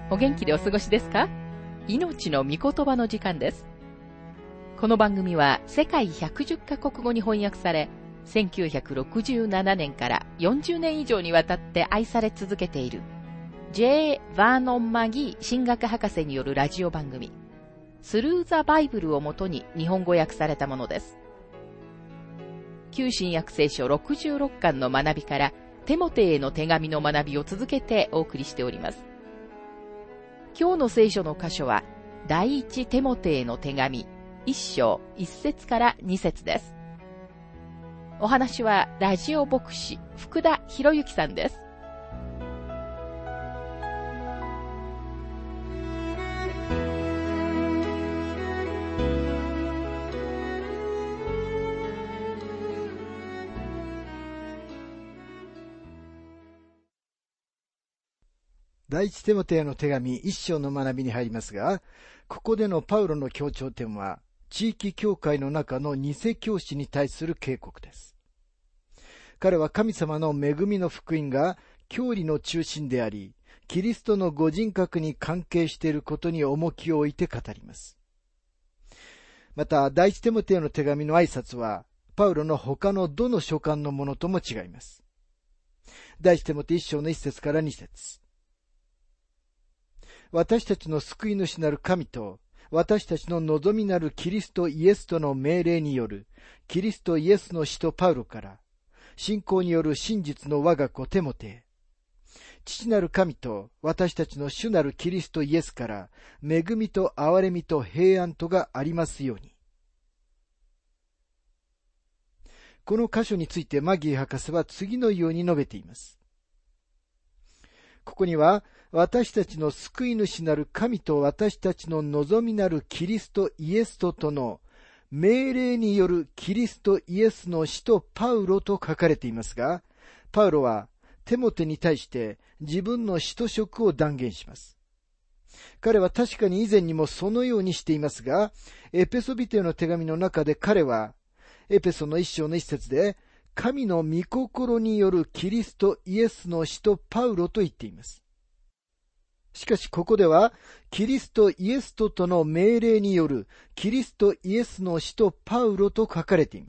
お元気でお過ごしですか？命の御言葉の時間です。この番組は世界110カ国語に翻訳され、1967年から40年以上にわたって愛され続けている J. バーノン・マギー神学博士によるラジオ番組スルー・ザ・バイブルをもとに日本語訳されたものです。旧新約聖書66巻の学びからテモテへの手紙の学びを続けてお送りしております。今日の聖書の箇所は第一テモテへの手紙1章1節から2節です。お話はラジオ牧師福田博之さんです。 第一テモテへの手紙一章の学びに入りますが、ここでのパウロの強調点は、地域教会の中の偽教師に対する警告です。彼は神様の恵みの福音が教理の中心であり、キリストのご人格に関係していることに重きを置いて語ります。また、第一テモテへの手紙の挨拶は、パウロの他のどの書簡のものとも違います。第一テモテ一章の一節から二節。私たちの救い主なる神と、私たちの望みなるキリストイエスとの命令による、キリストイエスの使徒パウロから、信仰による真実の我が子テモテへ、父なる神と私たちの主なるキリストイエスから、恵みと憐れみと平安とがありますように。この箇所についてマギー博士は次のように述べています。ここには、私たちの救い主なる神と私たちの望みなるキリストイエスととの命令によるキリストイエスの使徒パウロと書かれていますが、パウロはテモテに対して自分の使徒職を断言します。彼は確かに以前にもそのようにしていますが、エペソビテの手紙の中で彼は、エペソの一章の一節で、神の御心によるキリストイエスの使徒パウロと言っています。しかしここでは、キリストイエスととの命令によるキリストイエスの使徒パウロと書かれています。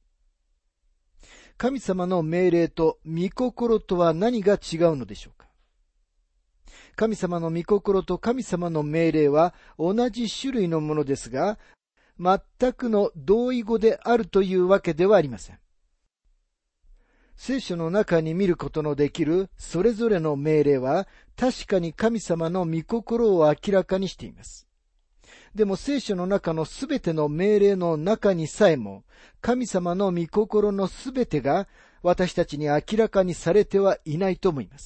神様の命令と御心とは何が違うのでしょうか。神様の御心と神様の命令は同じ種類のものですが、全くの同意語であるというわけではありません。聖書の中に見ることのできるそれぞれの命令は確かに神様の御心を明らかにしています。でも聖書の中のすべての命令の中にさえも神様の御心のすべてが私たちに明らかにされてはいないと思います。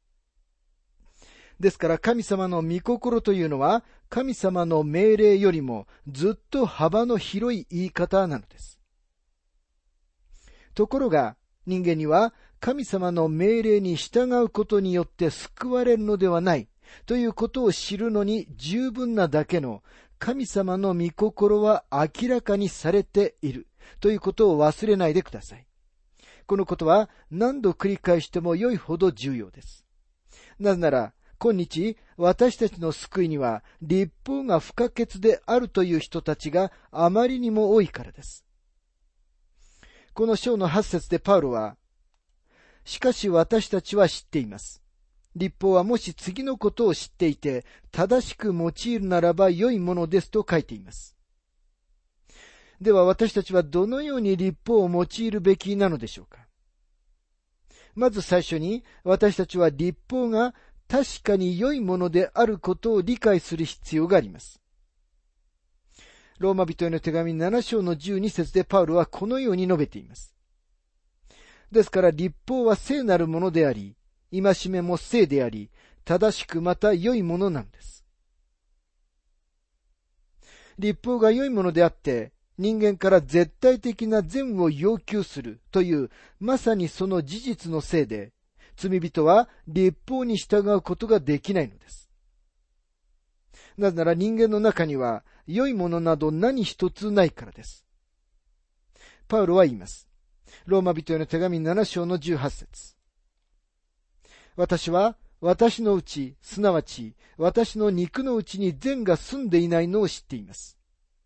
ですから神様の御心というのは神様の命令よりもずっと幅の広い言い方なのです。ところが人間には神様の命令に従うことによって救われるのではないということを知るのに十分なだけの神様の御心は明らかにされているということを忘れないでください。このことは何度繰り返しても良いほど重要です。なぜなら今日私たちの救いには律法が不可欠であるという人たちがあまりにも多いからです。この章の8節でパウロは、しかし私たちは知っています。律法はもし次のことを知っていて、正しく用いるならば良いものですと書いています。では私たちはどのように律法を用いるべきなのでしょうか。まず最初に私たちは律法が確かに良いものであることを理解する必要があります。ローマ人への手紙7章の12節でパウロはこのように述べています。ですから律法は聖なるものであり、戒めも聖であり、正しくまた良いものなんです。律法が良いものであって、人間から絶対的な善を要求するという、まさにその事実のせいで、罪人は律法に従うことができないのです。なぜなら人間の中には良いものなど何一つないからです。パウロは言います。ローマ人への手紙7章の18節。私は私のうち、すなわち私の肉のうちに善が住んでいないのを知っています。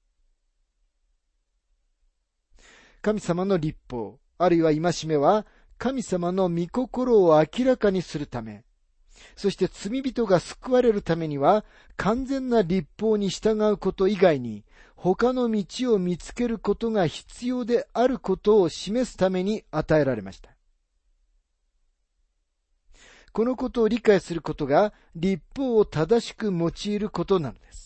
神様の律法、あるいは戒めは、神様の御心を明らかにするため、そして罪人が救われるためには、完全な律法に従うこと以外に、他の道を見つけることが必要であることを示すために与えられました。このことを理解することが、律法を正しく用いることなのです。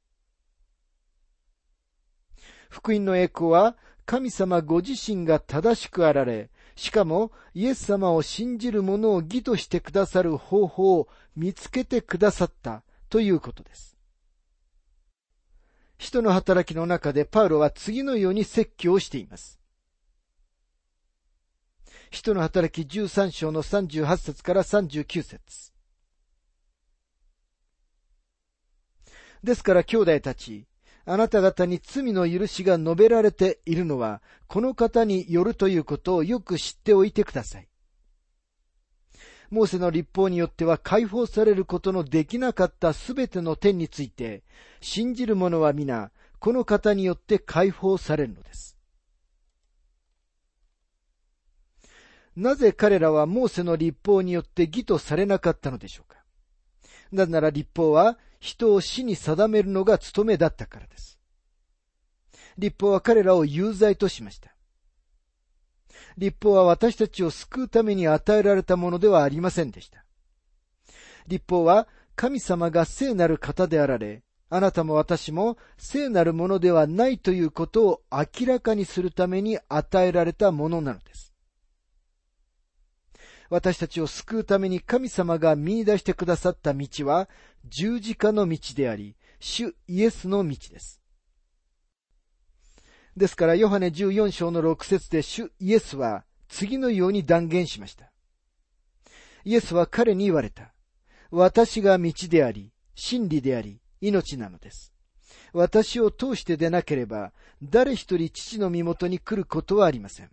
福音の栄光は、神様ご自身が正しくあられ、しかもイエス様を信じる者を義としてくださる方法を見つけてくださったということです。使徒の働きの中でパウロは次のように説教をしています。使徒の働き13章の38節から39節。ですから兄弟たち、あなた方に罪の許しが述べられているのは、この方によるということをよく知っておいてください。モーセの律法によっては解放されることのできなかったすべての点について、信じる者は皆、この方によって解放されるのです。なぜ彼らはモーセの律法によって義とされなかったのでしょうか。なぜなら律法は人を死に定めるのが務めだったからです。律法は彼らを有罪としました。律法は私たちを救うために与えられたものではありませんでした。律法は神様が聖なる方であられ、あなたも私も聖なるものではないということを明らかにするために与えられたものなのです。私たちを救うために神様が見出してくださった道は十字架の道であり、主イエスの道です。ですからヨハネ14章の6節で主イエスは次のように断言しました。イエスは彼に言われた。私が道であり、真理であり、命なのです。私を通してでなければ、誰一人父の身元に来ることはありません。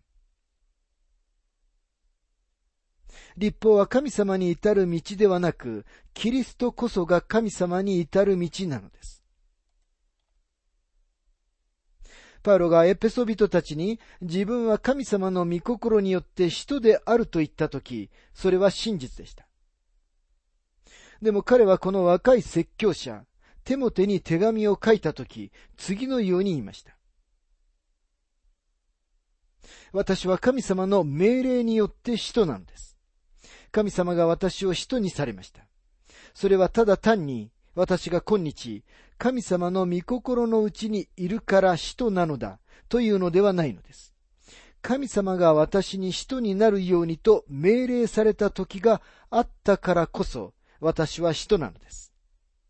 律法は神様に至る道ではなく、キリストこそが神様に至る道なのです。パウロがエペソ人たちに自分は神様の御心によって使徒であると言ったとき、それは真実でした。でも彼はこの若い説教者、テモテに手紙を書いたとき、次のように言いました。私は神様の命令によって使徒なのです。神様が私を使徒にされました。それはただ単に私が今日神様の御心のうちにいるから使徒なのだというのではないのです。神様が私に使徒になるようにと命令された時があったからこそ私は使徒なのです。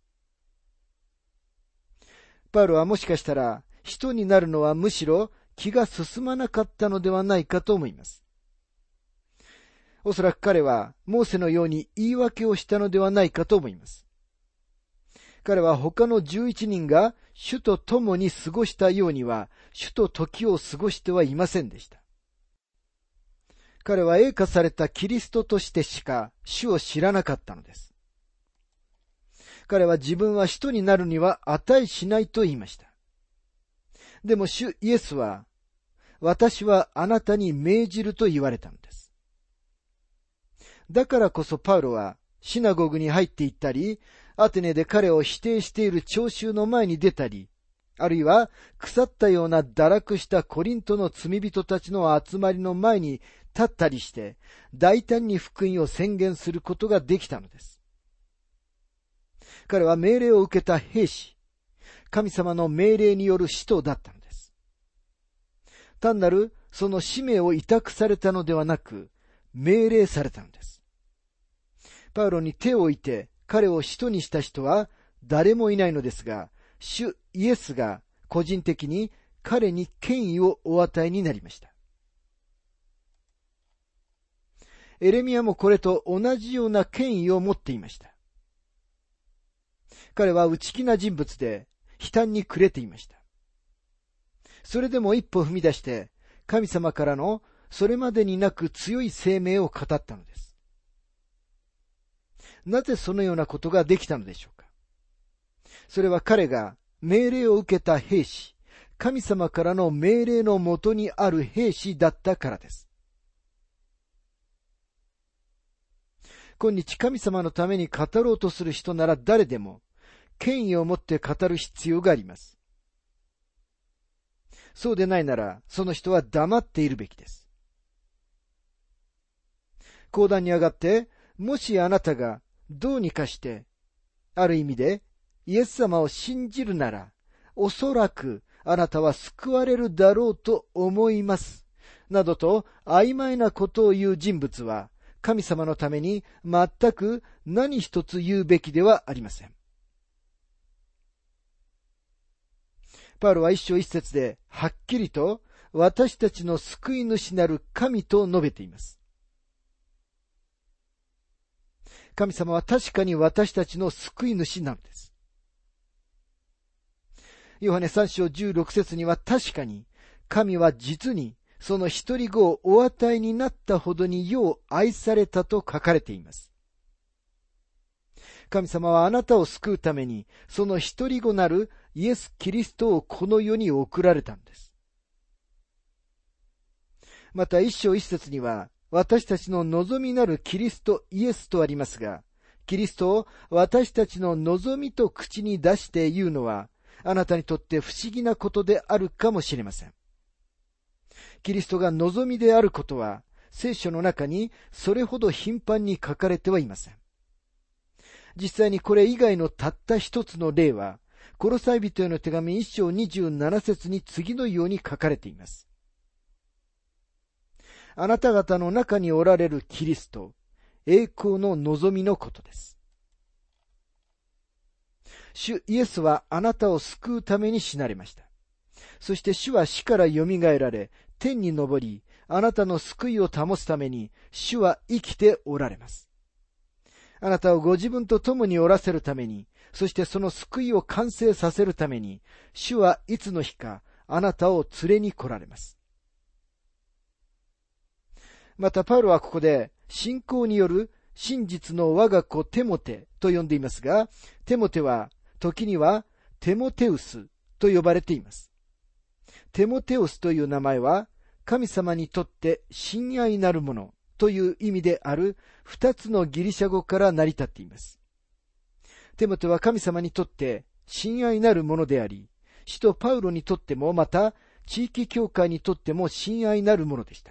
パウロはもしかしたら使徒になるのはむしろ気が進まなかったのではないかと思います。おそらく彼はモーセのように言い訳をしたのではないかと思います。彼は他の11人が主と共に過ごしたようには主と時を過ごしてはいませんでした。彼は栄華されたキリストとしてしか主を知らなかったのです。彼は自分は使徒になるには値しないと言いました。でも主イエスは、私はあなたに命じると言われたのです。だからこそパウロはシナゴグに入っていったり、アテネで彼を否定している聴衆の前に出たり、あるいは腐ったような堕落したコリントの罪人たちの集まりの前に立ったりして、大胆に福音を宣言することができたのです。彼は命令を受けた兵士、神様の命令による使徒だったのです。単なるその使命を委託されたのではなく、命令されたのです。パウロに手を置いて彼を使徒にした人は誰もいないのですが、主イエスが個人的に彼に権威をお与えになりました。エレミヤもこれと同じような権威を持っていました。彼は内気な人物で悲嘆に暮れていました。それでも一歩踏み出して神様からのそれまでになく強い声明を語ったのです。 なぜそのようなことができたのでしょうか。それは彼が命令を受けた兵士、神様からの命令のもとにある兵士だったからです。今日神様のために語ろうとする人なら誰でも権威を持って語る必要があります。そうでないならその人は黙っているべきです。講談に上がって、もしあなたがどうにかしてある意味でイエス様を信じるなら、おそらくあなたは救われるだろうと思います。などと曖昧なことを言う人物は、神様のために全く何一つ言うべきではありません。パウロは一章一節ではっきりと私たちの救い主なる神と述べています。神様は確かに私たちの救い主なのです。ヨハネ3章16節には確かに神は実にその一人子をお与えになったほどによう愛されたと書かれています。神様はあなたを救うためにその一人子なるイエス・キリストをこの世に送られたのです。また一章一節には私たちの望みなるキリストイエスとありますが、キリストを私たちの望みと口に出して言うのはあなたにとって不思議なことであるかもしれません。キリストが望みであることは聖書の中にそれほど頻繁に書かれてはいません。実際にこれ以外のたった一つの例はコロサイ人への手紙1章27節に次のように書かれています。あなた方の中におられるキリスト、栄光の望みのことです。主イエスはあなたを救うために死なれました。そして主は死からよみがえられ、天に昇り、あなたの救いを保つために、主は生きておられます。あなたをご自分と共におらせるために、そしてその救いを完成させるために、主はいつの日かあなたを連れに来られます。またパウロはここで、信仰による真実の我が子テモテと呼んでいますが、テモテは時にはテモテウスと呼ばれています。テモテウスという名前は神様にとって親愛なるものという意味である二つのギリシャ語から成り立っています。テモテは神様にとって親愛なるものであり、使徒パウロにとってもまた地域教会にとっても親愛なるものでした。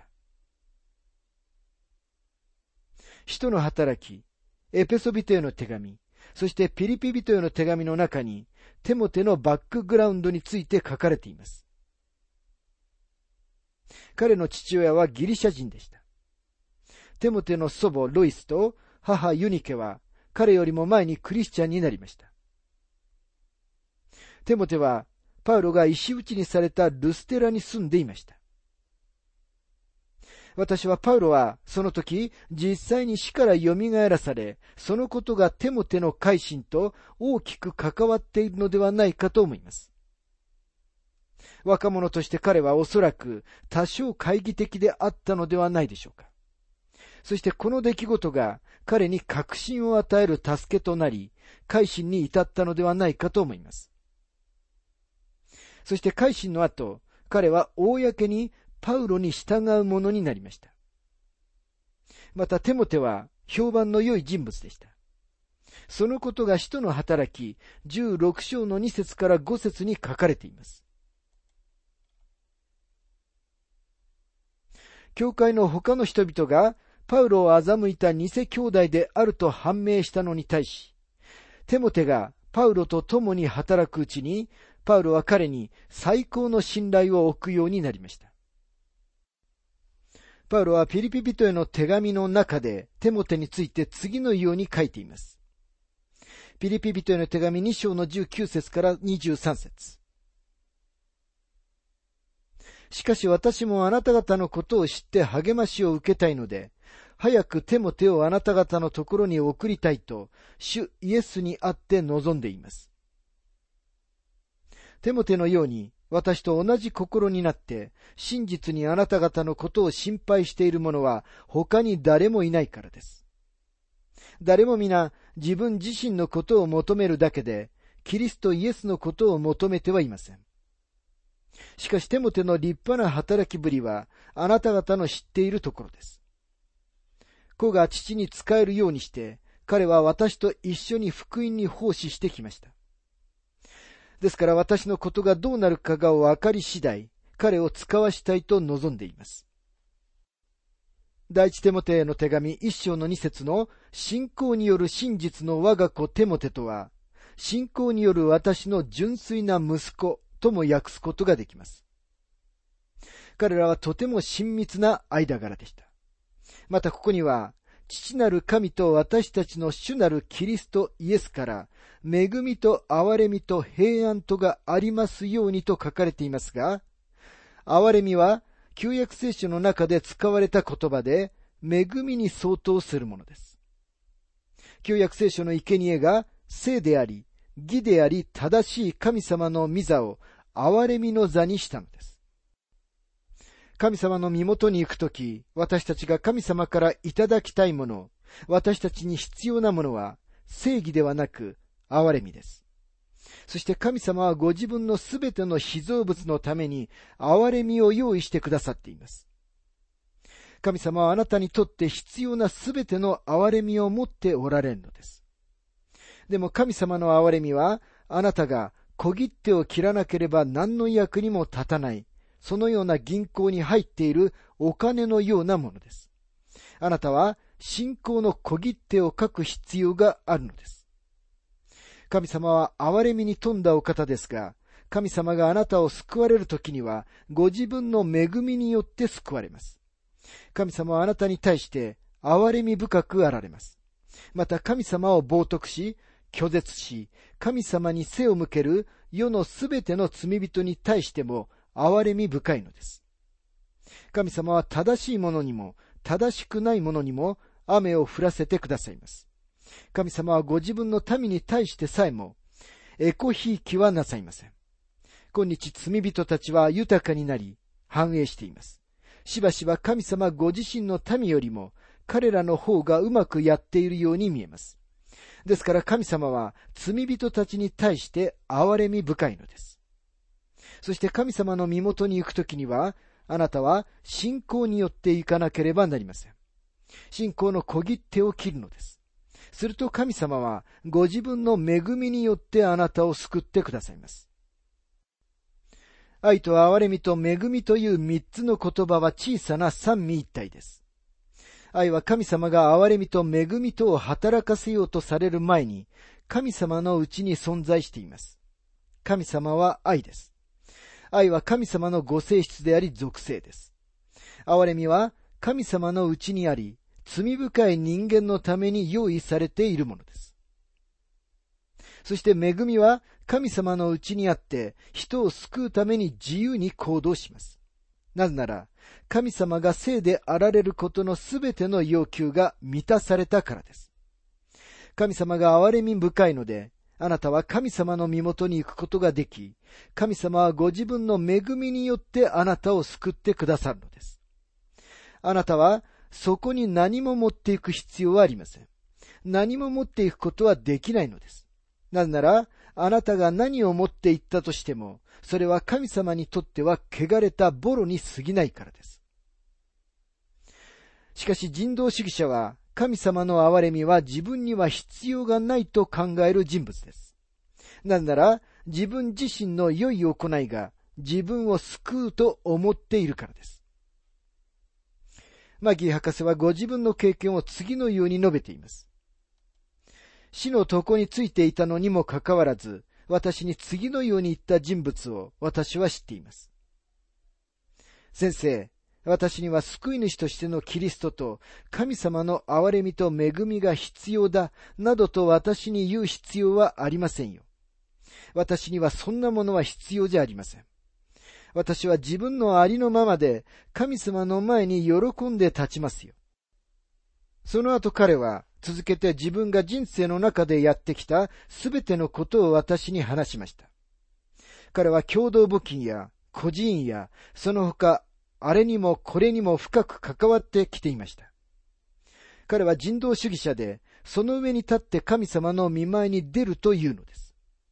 使徒の働き、エペソビトへの手紙、そしてピリピ人への手紙の中にテモテのバックグラウンドについて書かれています。彼の父親はギリシャ人でした。テモテの祖母ロイスと母ユニケは彼よりも前にクリスチャンになりました。テモテはパウロが石打ちにされたルステラに住んでいました。私はパウロはその時実際に死からよみがえらされ、そのことがテモテの改心と大きく関わっているのではないかと思います。若者として彼はおそらく多少懐疑的であったのではないでしょうか。そしてこの出来事が彼に確信を与える助けとなり、改心に至ったのではないかと思います。そして改心の後、彼は公にパウロに従うものになりました。またテモテは評判の良い人物でした。そのことが使徒の働き16章の2節から5節に書かれています。教会の他の人々がパウロを欺いた偽兄弟であると判明したのに対し、テモテがパウロと共に働くうちに、パウロは彼に最高の信頼を置くようになりました。パウロはピリピ人への手紙の中でテモテについて次のように書いています。ピリピ人への手紙2章の19節から23節。しかし私もあなた方のことを知って励ましを受けたいので、早くテモテをあなた方のところに送りたいと、主イエスにあって望んでいます。テモテのように、私と同じ心になって、真実にあなた方のことを心配している者は他に誰もいないからです。誰も皆、 自分自身のことを求めるだけで、キリストイエスのことを求めてはいません。しかしテモテの立派な働きぶりは、あなた方の知っているところです。子が父に仕えるようにして、彼は私と一緒に福音に奉仕してきました。ですから私のことがどうなるかが分かり次第、彼を使わしたいと望んでいます。第一テモテへの手紙一章の二節の信仰による真実の我が子テモテとは、信仰による私の純粋な息子とも訳すことができます。彼らはとても親密な間柄でした。またここには、父なる神と私たちの主なるキリストイエスから、恵みと憐れみと平安とがありますようにと書かれていますが、憐れみは、旧約聖書の中で使われた言葉で、恵みに相当するものです。旧約聖書の生贄が、聖であり、義であり、正しい神様の御座を、憐れみの座にしたのです。神様の身元に行くとき、私たちが神様からいただきたいもの、私たちに必要なものは、正義ではなく、憐れみです。そして神様はご自分のすべての被造物のために、憐れみを用意してくださっています。神様はあなたにとって必要なすべての憐れみを持っておられるのです。でも神様の憐れみは、あなたが小切手を切らなければ何の役にも立たない、そのような銀行に入っているお金のようなものです。あなたは信仰の小切手を書く必要があるのです。神様は憐れみに富んだお方ですが、神様があなたを救われるときには、ご自分の恵みによって救われます。神様はあなたに対して憐れみ深くあられます。また神様を冒涜し、拒絶し、神様に背を向ける世のすべての罪人に対しても憐れみ深いのです。神様は正しいものにも、正しくないものにも雨を降らせてくださいます。神様はご自分の民に対してさえも、エコひいきはなさいません。今日罪人たちは豊かになり、繁栄しています。しばしば神様ご自身の民よりも、彼らの方がうまくやっているように見えます。ですから神様は罪人たちに対して憐れみ深いのです。そして神様の身元に行くときには、あなたは信仰によって行かなければなりません。信仰の小切手を切るのです。すると神様はご自分の恵みによってあなたを救ってくださいます。愛と憐れみと恵みという三つの言葉は小さな三位一体です。愛は神様が憐れみと恵みとを働かせようとされる前に神様のうちに存在しています。神様は愛です。愛は神様のご性質であり属性です。憐れみは神様のうちにあり、罪深い人間のために用意されているものです。そして恵みは神様のうちにあって人を救うために自由に行動します。なぜなら神様が聖であられることのすべての要求が満たされたからです。神様が憐れみ深いので、あなたは神様の身元に行くことができ、神様はご自分の恵みによってあなたを救ってくださるのです。あなたはそこに何も持っていく必要はありません。何も持っていくことはできないのです。なぜなら、あなたが何を持っていったとしても、それは神様にとっては汚れたボロに過ぎないからです。しかし人道主義者は、神様の憐れみは自分には必要がないと考える人物です。なぜなら、自分自身の良い行いが自分を救うと思っているからです。マギー博士はご自分の経験を次のように述べています。死の床についていたのにもかかわらず、私に次のように言った人物を私は知っています。先生、私には救い主としてのキリストと神様の憐れみと恵みが必要だ、などと私に言う必要はありませんよ。私にはそんなものは必要じゃありません。私は自分のありのままで神様の前に喜んで立ちますよ。その後彼は続けて自分が人生の中でやってきたすべてのことを私に話しました。彼は共同募金や孤児院やその他あれにもこれにも深く関わってきていました。 彼は人道主義者で、その上に立って神様の御前に出るというのです。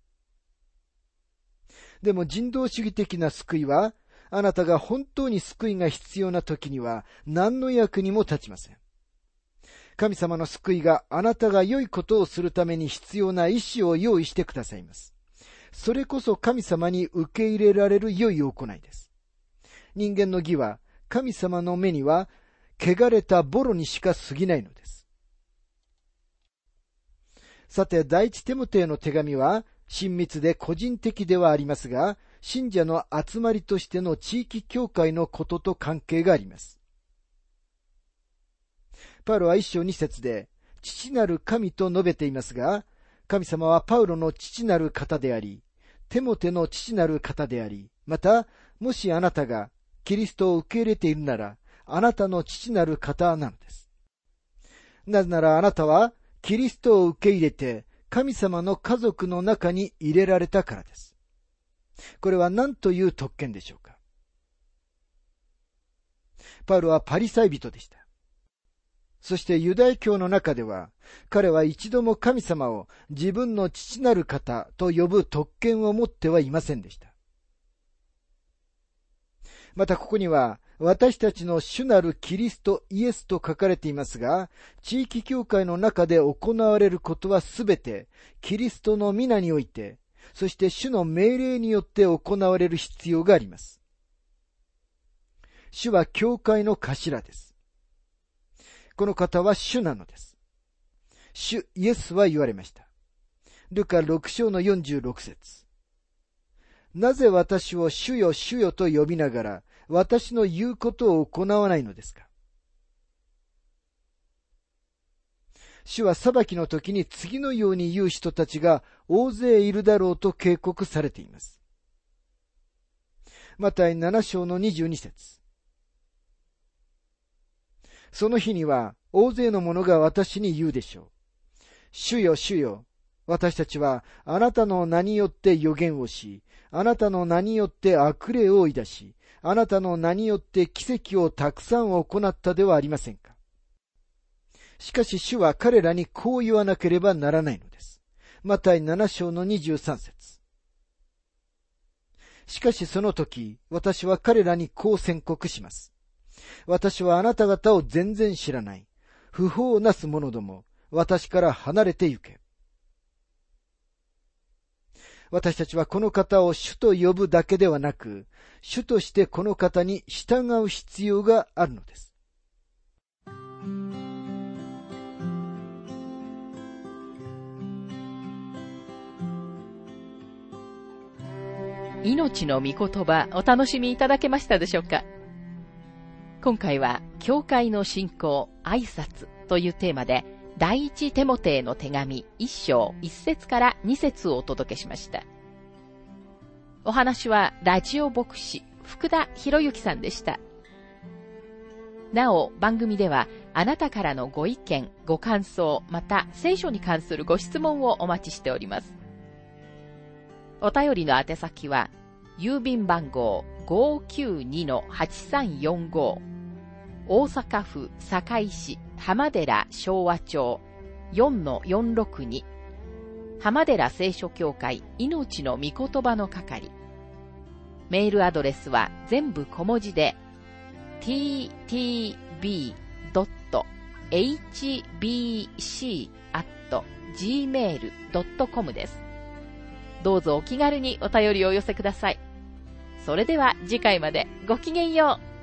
でも人道主義的な救いは、あなたが本当に救いが必要な時には何の役にも立ちません。神様の救いがあなたが良いことをするために必要な意志を用意してくださいます。それこそ神様に受け入れられる良い行いです。人間の義は神様の目には汚れたボロにしか過ぎないのです。さて、第一テモテへの手紙は親密で個人的ではありますが、信者の集まりとしての地域教会のことと関係があります。パウロは一章二節で、父なる神と述べていますが、神様はパウロの父なる方であり、テモテの父なる方であり、また、もしあなたがキリストを受け入れているなら、あなたの父なる方なのです。なぜならあなたはキリストを受け入れて、神様の家族の中に入れられたからです。これは何という特権でしょうか。パウロはパリサイ人でした。そしてユダヤ教の中では、彼は一度も神様を自分の父なる方と呼ぶ特権を持ってはいませんでした。またここには、私たちの主なるキリストイエスと書かれていますが、地域教会の中で行われることはすべてキリストの皆において、そして主の命令によって行われる必要があります。主は教会の頭です。この方は主なのです。主イエスは言われました。ルカ6章の46節。なぜ私を主よ主よと呼びながら、私の言うことを行わないのですか。主は裁きの時に次のように言う人たちが大勢いるだろうと警告されています。マタイ7章の22節。その日には大勢の者が私に言うでしょう。主よ主よ、私たちはあなたの名によって預言をし、あなたの名によって悪霊を追い出し、あなたの名によって奇跡をたくさん行ったではありませんか。しかし主は彼らにこう言わなければならないのです。マタイ7章の23節。しかしその時、私は彼らにこう宣告します。私はあなた方を全然知らない。不法なす者ども、私から離れて行け。私たちはこの方を主と呼ぶだけではなく、主としてこの方に従う必要があるのです。 命の御言葉、お楽しみいただけましたでしょうか。今回は、教会の信仰、挨拶というテーマで、第一テモテへの手紙1章1節から2節をお届けしました。お話はラジオ牧師福田博之さんでした。なお番組ではあなたからのご意見、ご感想、また聖書に関するご質問をお待ちしております。お便りの宛先は郵便番号 592-8345 大阪府堺市浜寺昭和町 4-462 浜寺聖書協会命の御言葉の係。メールアドレスは全部小文字で ttb.hbc@gmail.com です。どうぞお気軽にお便りをお寄せください。それでは次回までごきげんよう。